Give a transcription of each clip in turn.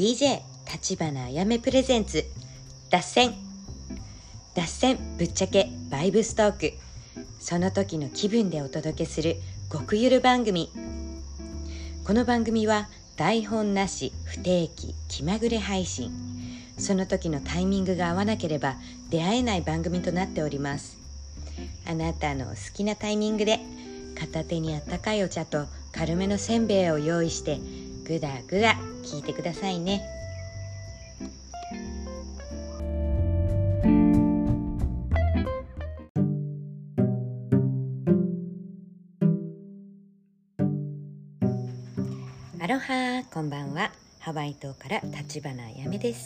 DJ 立花あやめプレゼンツ脱線ぶっちゃけバイブストーク、その時の気分でお届けする極ゆる番組。この番組は台本なし、不定期、気まぐれ配信。その時のタイミングが合わなければ出会えない番組となっております。あなたの好きなタイミングで片手にあったかいお茶と軽めのせんべいを用意してぐだぐだ聞いてくださいね。アロハ、こんばんは。ハワイ島から立花あやめです。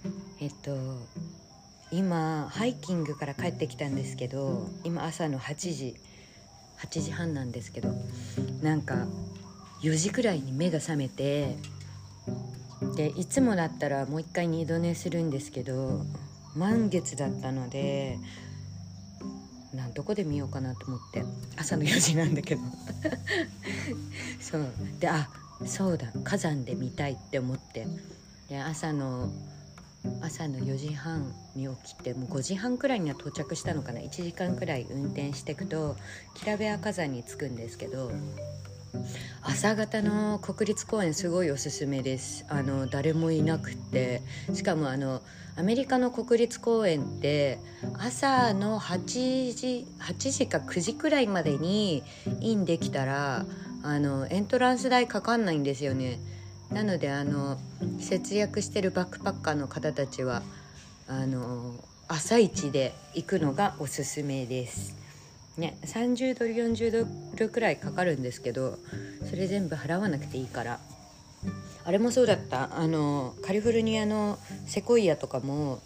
今ハイキングから帰ってきたんですけど、今朝の8時半なんですけど、なんか4時くらいに目が覚めて、でいつもだったらもう一回二度寝するんですけど、満月だったのでどこで見ようかなと思って、朝の4時なんだけどそうで、そうだ、火山で見たいって思って、で朝の4時半に起きて、もう5時半くらいには到着したのかな。1時間くらい運転していくとキラベア火山に着くんですけど、朝方の国立公園すごいおすすめです。誰もいなくて、しかもアメリカの国立公園って朝の8時か9時くらいまでにインできたらエントランス代かかんないんですよね。なので節約してるバックパッカーの方たちは朝一で行くのがおすすめですね。30ドル40ドルくらいかかるんですけど、それ全部払わなくていいから。あれもそうだった。カリフォルニアのセコイアとかも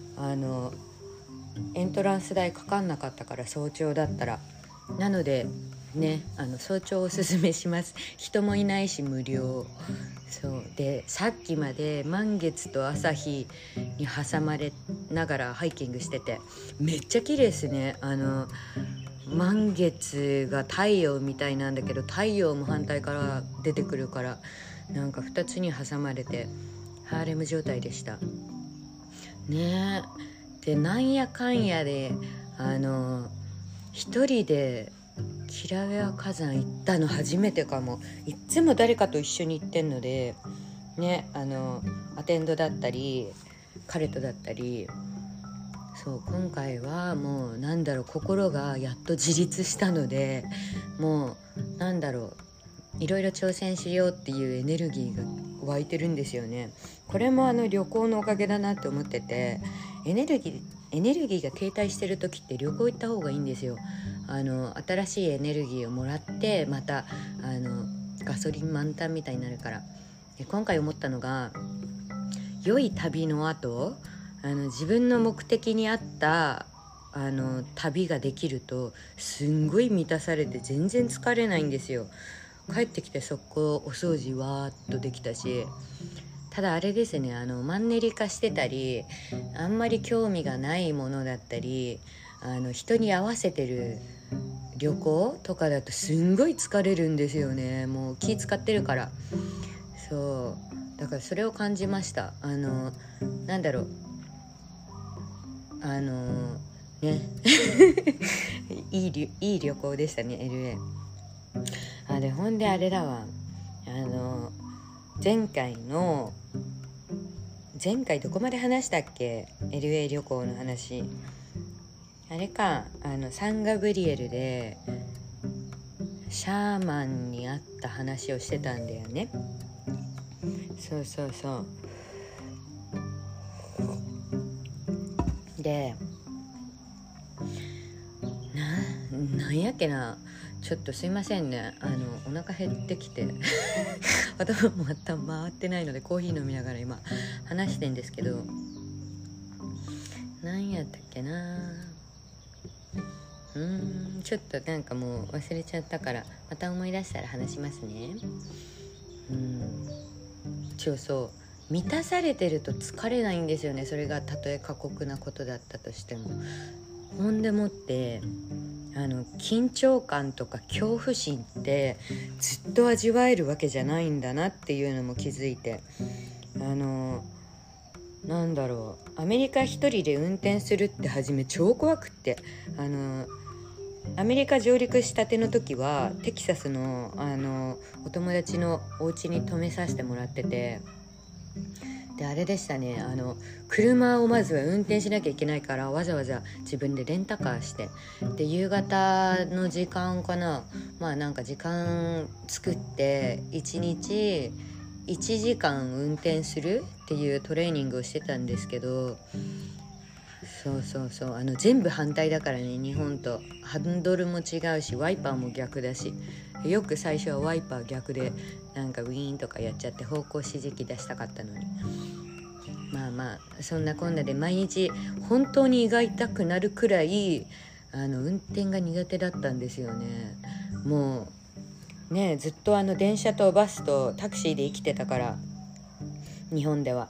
エントランス代かかんなかったから、早朝だったら。なのでね、早朝おすすめします。人もいないし無料。そうで、さっきまで満月と朝日に挟まれながらハイキングしてて、めっちゃ綺麗ですね。満月が太陽みたいなんだけど、太陽も反対から出てくるから、なんか2つに挟まれてハーレム状態でしたね。でなんやかんやで一人でキラウェア火山行ったの初めてかも。いつも誰かと一緒に行ってんのでね、アテンドだったり彼とだったり。そう、今回はもう心がやっと自立したので、もういろいろ挑戦しようっていうエネルギーが湧いてるんですよね。これも旅行のおかげだなって思ってて、エネルギーが停滞してる時って旅行行った方がいいんですよ。新しいエネルギーをもらって、またガソリン満タンみたいになるから。で今回思ったのが、良い旅の後自分の目的に合った旅ができるとすんごい満たされて全然疲れないんですよ。帰ってきて速攻お掃除わーっとできたし。ただあれですね、マンネリ化してたり、あんまり興味がないものだったり、人に合わせてる旅行とかだとすんごい疲れるんですよね。もう気使ってるから。そうだからそれを感じました。ねいい旅行でしたね、 LA。 でほんであれだわ、前回どこまで話したっけ、 LA 旅行の話。あれか、サンガブリエルでシャーマンに会った話をしてたんだよね。そうで、なんやっけな、ちょっとすいませんね、お腹減ってきて頭もまた回ってないのでコーヒー飲みながら今話してんですけど、なんやったっけな、ちょっともう忘れちゃったから、また思い出したら話しますね。そう満たされてると疲れないんですよね。それがたとえ過酷なことだったとしても。ほんでもって緊張感とか恐怖心ってずっと味わえるわけじゃないんだなっていうのも気づいて、 なんだろう、アメリカ一人で運転するって初め超怖くって、アメリカ上陸したての時はテキサスの、お友達のお家に泊めさせてもらってて、であれでしたね、車をまずは運転しなきゃいけないからわざわざ自分でレンタカーして、で夕方の時間かな、なんか時間作って1日1時間運転するっていうトレーニングをしてたんですけど、そう全部反対だからね、日本とハンドルも違うしワイパーも逆だし、よく最初はワイパー逆でなんかウィーンとかやっちゃって方向指示器出したかったのに、そんなこんなで毎日本当に胃が痛くなるくらい運転が苦手だったんですよね。もうね、ずっと電車とバスとタクシーで生きてたから、日本では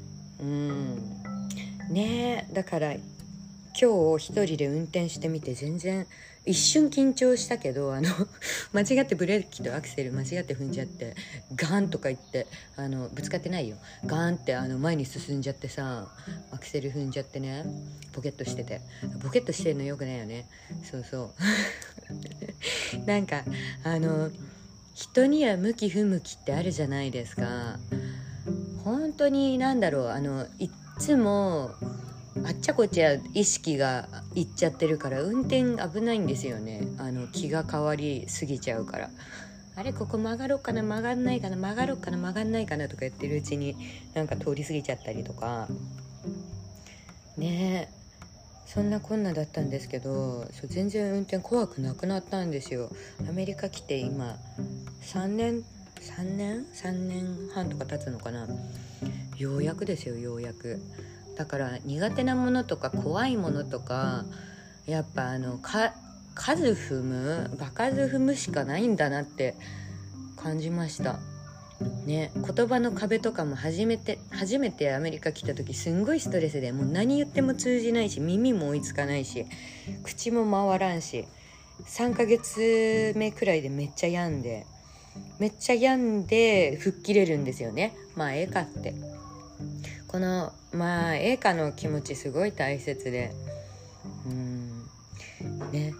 ねえ、だから今日一人で運転してみて全然一瞬緊張したけど間違ってブレーキとアクセル間違って踏んじゃってガーンとか言ってぶつかってないよ、ガーンって前に進んじゃってさ、アクセル踏んじゃってね、ボケッとしてるのよくないよね。そうなんか人には向き不向きってあるじゃないですか。本当になんだろう、いっつもあっちゃこっちゃ意識がいっちゃってるから運転危ないんですよね。気が変わりすぎちゃうから、あれここ曲がろうかな曲がんないかな曲がろうかな曲がんないかなとか言ってるうちになんか通り過ぎちゃったりとかね。そんなこんなだったんですけど、全然運転怖くなくなったんですよ。アメリカ来て今3年半とか経つのかな。ようやくですよ、ようやく。だから苦手なものとか怖いものとかやっぱ場数踏むしかないんだなって感じましたね。言葉の壁とかも初めてアメリカ来た時すんごいストレスで、もう何言っても通じないし耳も追いつかないし口も回らんし、3ヶ月目くらいでめっちゃ病んで吹っ切れるんですよね。ええかって、このええかの気持ちすごい大切でね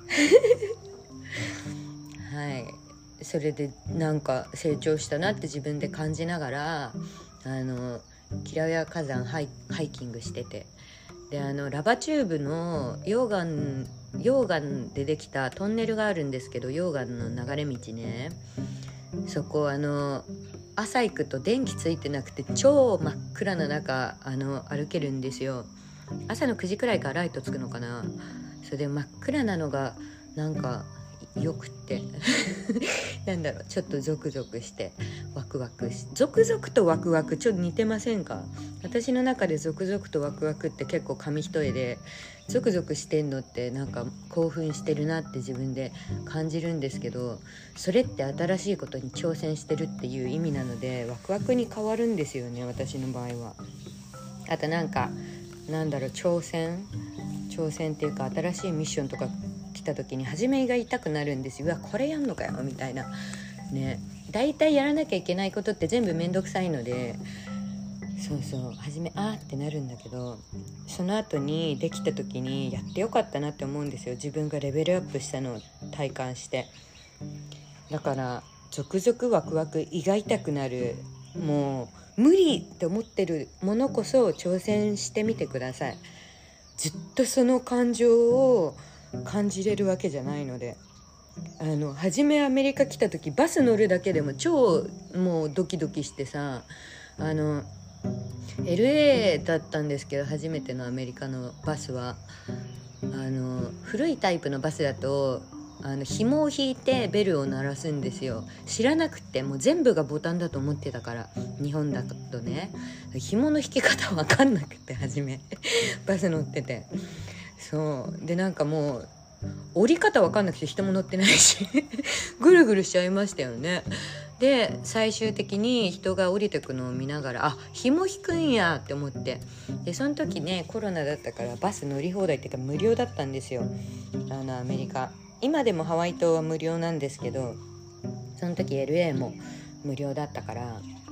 はいそれでなんか成長したなって自分で感じながらキラウヤ火山ハイキングしてて、でラバチューブの溶岩でできたトンネルがあるんですけど、溶岩の流れ道ね、そこ朝行くと電気ついてなくて超真っ暗な中歩けるんですよ。朝の9時くらいからライトつくのかな。それで真っ暗なのがなんかよくってなんだろう、ちょっとゾクゾクしてワクワクし、ゾクゾクとワクワクちょっと似てませんか？私の中でゾクゾクとワクワクって結構紙一重で、ゾクゾクしてんのってなんか興奮してるなって自分で感じるんですけど、それって新しいことに挑戦してるっていう意味なのでワクワクに変わるんですよね、私の場合は。あとなんだろう、挑戦っていうか新しいミッションとか来た時に初めが痛くなるんですよ。うわこれやんのかよみたいなね。だいたいやらなきゃいけないことって全部めんどくさいので、初めってなるんだけど、その後にできた時にやってよかったなって思うんですよ。自分がレベルアップしたのを体感して。だからゾクゾクワクワク胃が痛くなる、もう無理って思ってるものこそ挑戦してみてください。ずっとその感情を感じれるわけじゃないので、初めアメリカ来た時バス乗るだけでも超もうドキドキしてさ、LA だったんですけど、初めてのアメリカのバスは古いタイプのバスだと紐を引いてベルを鳴らすんですよ。知らなくて、もう全部がボタンだと思ってたから、日本だとね紐の引き方分かんなくて、初めバス乗ってて、そうでなんかもう降り方分かんなくて人も乗ってないしぐるぐるしちゃいましたよね。で最終的に人が降りてくのを見ながら、紐引くんやって思って、でその時ねコロナだったからバス乗り放題っていうか無料だったんですよ、アメリカ。今でもハワイ島は無料なんですけど、その時 LA も無料だったから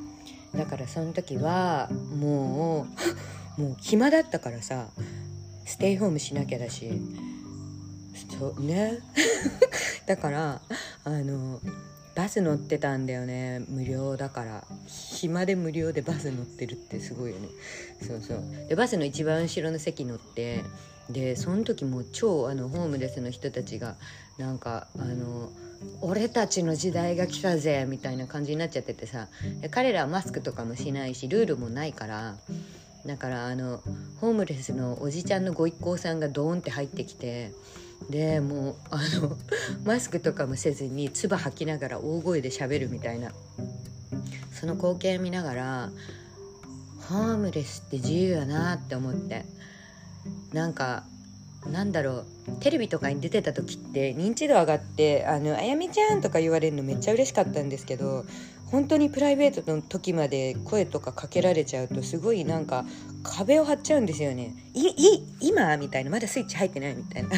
だからその時はもう暇だったからさ、ステイホームしなきゃだし、そうねだからバス乗ってたんだよね。無料だから、暇で無料でバス乗ってるってすごいよね。そうそう。でバスの一番後ろの席乗って、でその時も超ホームレスの人たちがなんか俺たちの時代が来たぜみたいな感じになっちゃっててさ、で彼らはマスクとかもしないしルールもないから、だからホームレスのおじちゃんのご一行さんがドーンって入ってきて、でもうマスクとかもせずに唾吐きながら大声で喋るみたいな、その光景見ながらホームレスって自由やなって思って、なんかなんだろう、テレビとかに出てた時って認知度上がってあやめちゃんとか言われるのめっちゃ嬉しかったんですけど、本当にプライベートの時まで声とかかけられちゃうとすごいなんか壁を張っちゃうんですよね。今みたいな、まだスイッチ入ってないみたいな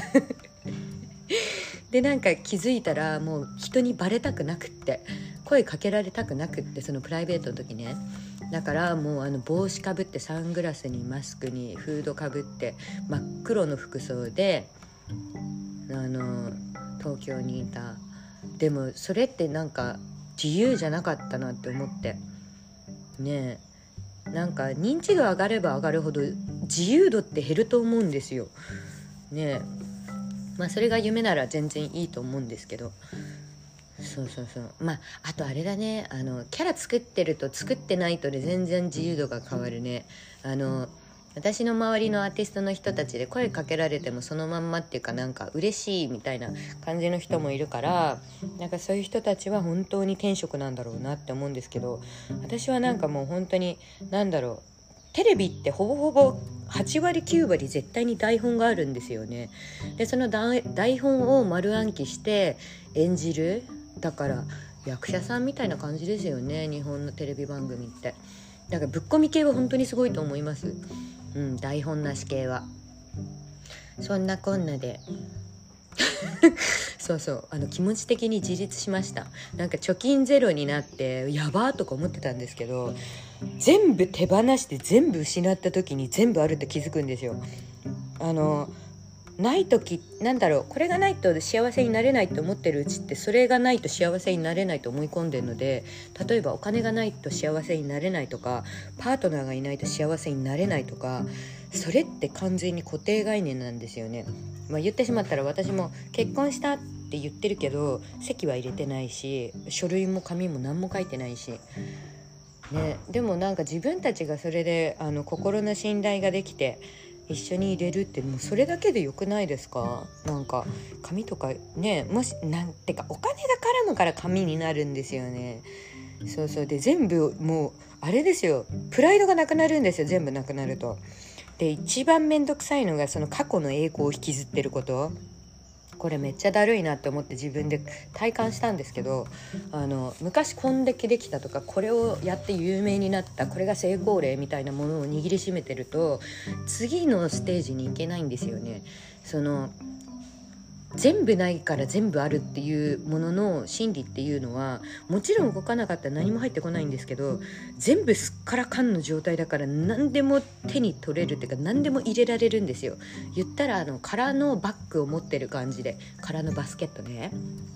でなんか気づいたらもう人にバレたくなくって、声かけられたくなくって、そのプライベートの時ね。だからもう帽子かぶってサングラスにマスクにフードかぶって真っ黒の服装で東京にいた。でもそれってなんか自由じゃなかったなって思ってね。えなんか認知度上がれば上がるほど自由度って減ると思うんですよね。えまあそれが夢なら全然いいと思うんですけど、そうまああとあれだね、キャラ作ってると作ってないとで全然自由度が変わるね。私の周りのアーティストの人たちで声かけられてもそのまんまっていうか、なんか嬉しいみたいな感じの人もいるから、なんかそういう人たちは本当に天職なんだろうなって思うんですけど、私はなんかもう本当になんだろう、テレビってほぼほぼ8割9割絶対に台本があるんですよね。でその台本を丸暗記して演じる、だから役者さんみたいな感じですよね、日本のテレビ番組って。だからぶっ込み系は本当にすごいと思います。台本なし系は。そんなこんなで気持ち的に自立しました。なんか貯金ゼロになってやばーとか思ってたんですけど、全部手放して全部失った時に全部あるって気づくんですよ。ない時なんだろう、これがないと幸せになれないと思ってるうちって、それがないと幸せになれないと思い込んでるので、例えばお金がないと幸せになれないとか、パートナーがいないと幸せになれないとか、それって完全に固定概念なんですよね。言ってしまったら私も結婚したって言ってるけど籍は入れてないし、書類も紙も何も書いてないしね。でもなんか自分たちがそれで心の信頼ができて一緒に入れるって、もうそれだけでよくないですか。なんか紙とかね、もしなんてかお金が絡むから紙になるんですよね。で全部もうあれですよ、プライドがなくなるんですよ、全部なくなると。で一番めんどくさいのがその過去の栄光を引きずってること。これめっちゃだるいなって思って自分で体感したんですけど、昔こんだけできたとか、これをやって有名になった、これが成功例みたいなものを握りしめてると次のステージに行けないんですよね。全部ないから全部あるっていうものの心理っていうのは、もちろん動かなかったら何も入ってこないんですけど、全部すっからかんの状態だから何でも手に取れるっていうか、何でも入れられるんですよ。言ったら空のバッグを持ってる感じで、空のバスケットね。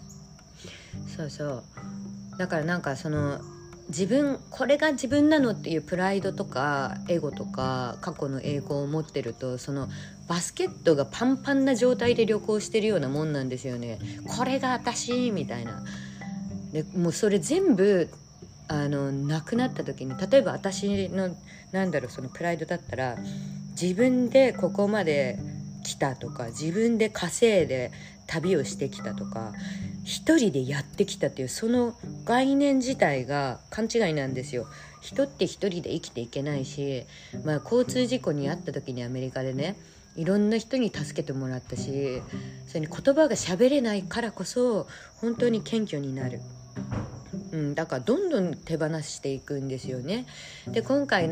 だからなんかこれが自分なのっていうプライドとかエゴとか過去の栄光を持ってると、そのバスケットがパンパンな状態で旅行してるようなもんなんですよね。これが私みたいな。でもうそれ全部なくなった時に、例えば私のそのプライドだったら、自分でここまで来たとか、自分で稼いで旅をしてきたとか、一人でやってきたっていうその概念自体が勘違いなんですよ。人って一人で生きていけないし、交通事故に遭った時にアメリカでね、いろんな人に助けてもらったし、それに言葉が喋れないからこそ本当に謙虚になる。だからどんどん手放していくんですよね。で今回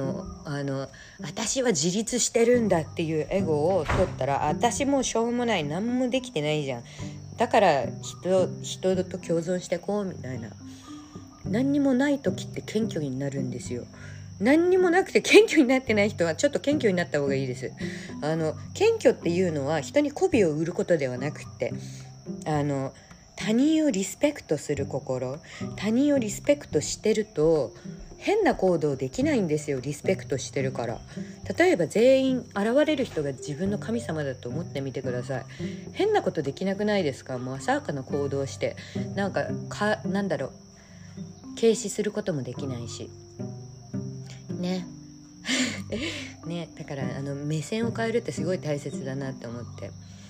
私は自立してるんだっていうエゴを取ったら、私もうしょうもない、何もできてないじゃん、だから人と共存してこうみたいな。 何にもない時って謙虚になるんですよ。何にもなくて謙虚になってない人はちょっと謙虚になった方がいいです。謙虚っていうのは人に媚びを売ることではなくて、他人をリスペクトする心、他人をリスペクトしてると変な行動できないんですよ。リスペクトしてるから。例えば全員現れる人が自分の神様だと思ってみてください。変なことできなくないですか？もう浅はかな行動してなんだろう、軽視することもできないしねね、だから目線を変えるってすごい大切だなって思って、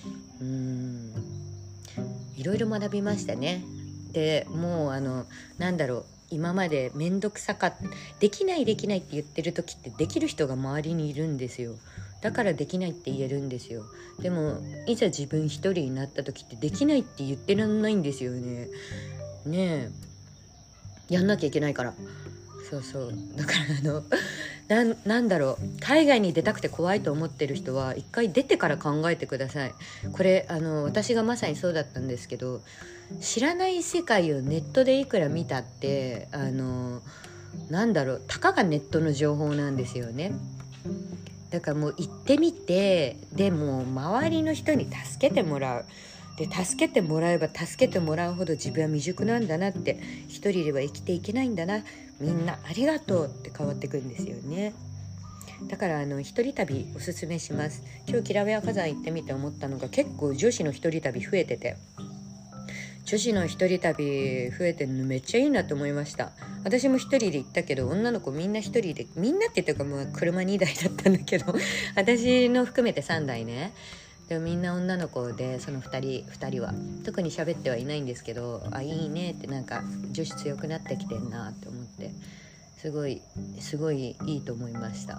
いろいろ学びましたね。でもうなんだろう、今までめんどくさかったできないって言ってる時ってできる人が周りにいるんですよ。だからできないって言えるんですよ。でもいざ自分一人になった時ってできないって言ってらんないんですよね。ねえ、やんなきゃいけないから。そうだからなんだろう、海外に出たくて怖いと思ってる人は一回出てから考えてください。これ私がまさにそうだったんですけど、知らない世界をネットでいくら見たってなんだろう、たかがネットの情報なんですよね。だからもう行ってみて、でも周りの人に助けてもらう。で助けてもらえば助けてもらうほど自分は未熟なんだなって、一人では生きていけないんだな、みんなありがとうって変わってくんですよね。だから一人旅おすすめします。今日キラウェア火山行ってみて思ったのが、結構女子の一人旅増えてて、女子の一人旅増えてるのめっちゃいいなと思いました。私も一人で行ったけど、女の子みんな一人で、みんなって言ってか車2台だったんだけど私の含めて3台ね。でもみんな女の子で、その2人は特に喋ってはいないんですけど、あ、いいねって、なんか女子強くなってきてんなって思って、すごいいいと思いました。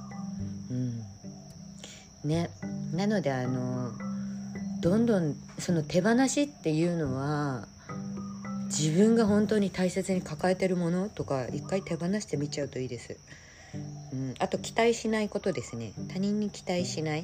ね、なのでどんどんその手放しっていうのは、自分が本当に大切に抱えてるものとか一回手放してみちゃうといいです。あと期待しないことですね。他人に期待しない。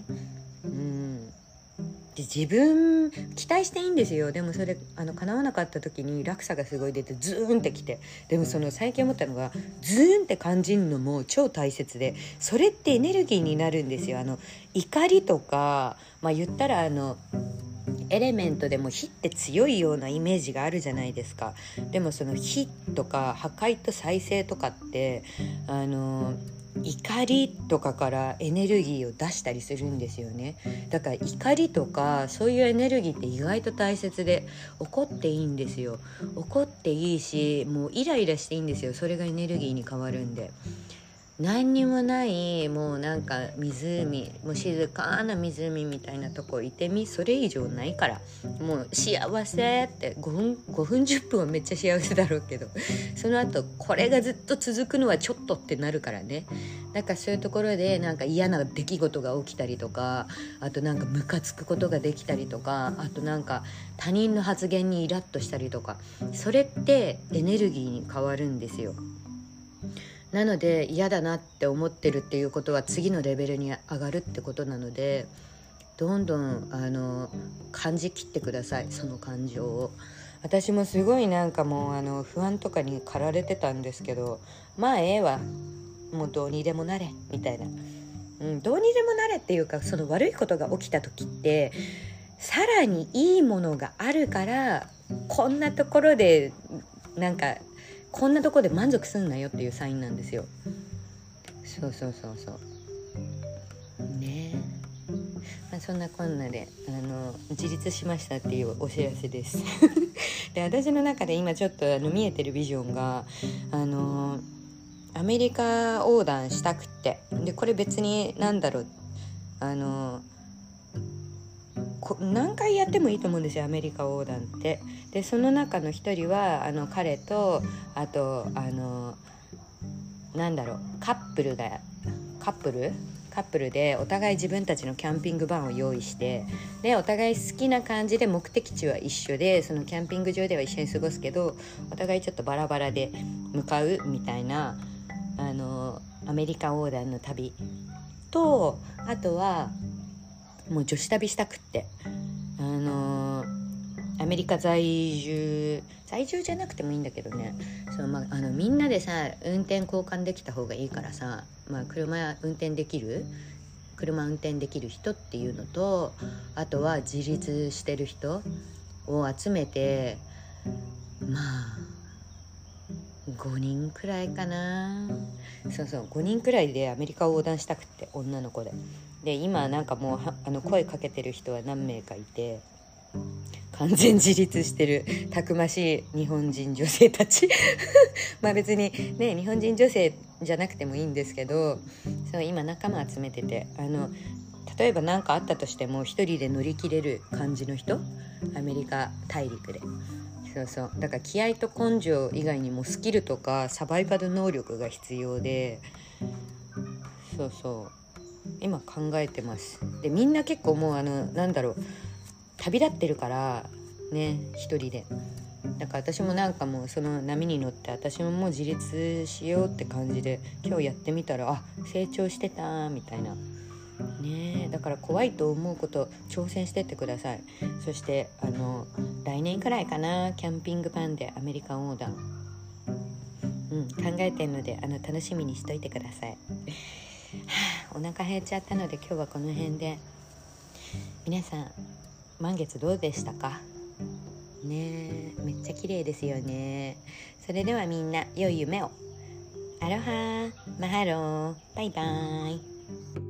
で自分期待していいんですよ。でもそれ叶わなかった時に落差がすごい出てズーンってきて、でも最近思ったのが、ズーンって感じるのも超大切で、それってエネルギーになるんですよ。怒りとか、言ったらエレメントでも火って強いようなイメージがあるじゃないですか。でもその火とか破壊と再生とかって怒りとかからエネルギーを出したりするんですよね。だから怒りとかそういうエネルギーって意外と大切で、怒っていいんですよ。怒っていいし、もうイライラしていいんですよ。それがエネルギーに変わるんで。何にもない、もうなんか湖、もう静かな湖みたいなとこいてみ、それ以上ないから、もう幸せって5分10分はめっちゃ幸せだろうけど、その後これがずっと続くのはちょっとってなるからね。だからそういうところでなんか嫌な出来事が起きたりとか、あとなんかムカつくことができたりとか、あとなんか他人の発言にイラッとしたりとか、それってエネルギーに変わるんですよ。なので嫌だなって思ってるっていうことは次のレベルに上がるってことなので、どんどん感じきってください、その感情を。私もすごいなんかもう不安とかに駆られてたんですけど、まあええわ、もうどうにでもなれみたいな、どうにでもなれっていうか、その悪いことが起きた時ってさらにいいものがあるから、こんなところで満足すんなよっていうサインなんですよ。そうねえ、そんなこんなで自立しましたっていうお知らせですで、私の中で今ちょっと見えてるビジョンがアメリカ横断したくって、でこれ別に何回やってもいいと思うんですよ、アメリカ横断って。でその中の一人は彼と、あとカップルでお互い自分たちのキャンピングバンを用意して、でお互い好きな感じで目的地は一緒で、そのキャンピング場では一緒に過ごすけど、お互いちょっとバラバラで向かうみたいなアメリカ横断の旅と、あとはもう女子旅したくって、 アメリカ在住じゃなくてもいいんだけどね、みんなでさ運転交換できた方がいいからさ、車運転できる人っていうのと、あとは自立してる人を集めて、5人くらいかな。5人くらいでアメリカを横断したくって、女の子で今なんかもう声かけてる人は何名かいて、完全自立してるたくましい日本人女性たち別にね日本人女性じゃなくてもいいんですけど、今仲間集めてて、例えば何かあったとしても一人で乗り切れる感じの人、アメリカ大陸で。だから気合と根性以外にもスキルとかサバイバル能力が必要で、今考えてます。でみんな結構もう旅立ってるからね、一人で。だから私もなんかもうその波に乗って私ももう自立しようって感じで今日やってみたら、成長してたみたいなね。だから怖いと思うこと挑戦してってください。そして来年くらいかな、キャンピングカーでアメリカ横断考えてるので楽しみにしといてくださいお腹減っちゃったので今日はこの辺で。皆さん満月どうでしたかね。めっちゃ綺麗ですよね。それではみんな良い夢を。アロハマハロー、バイバイ。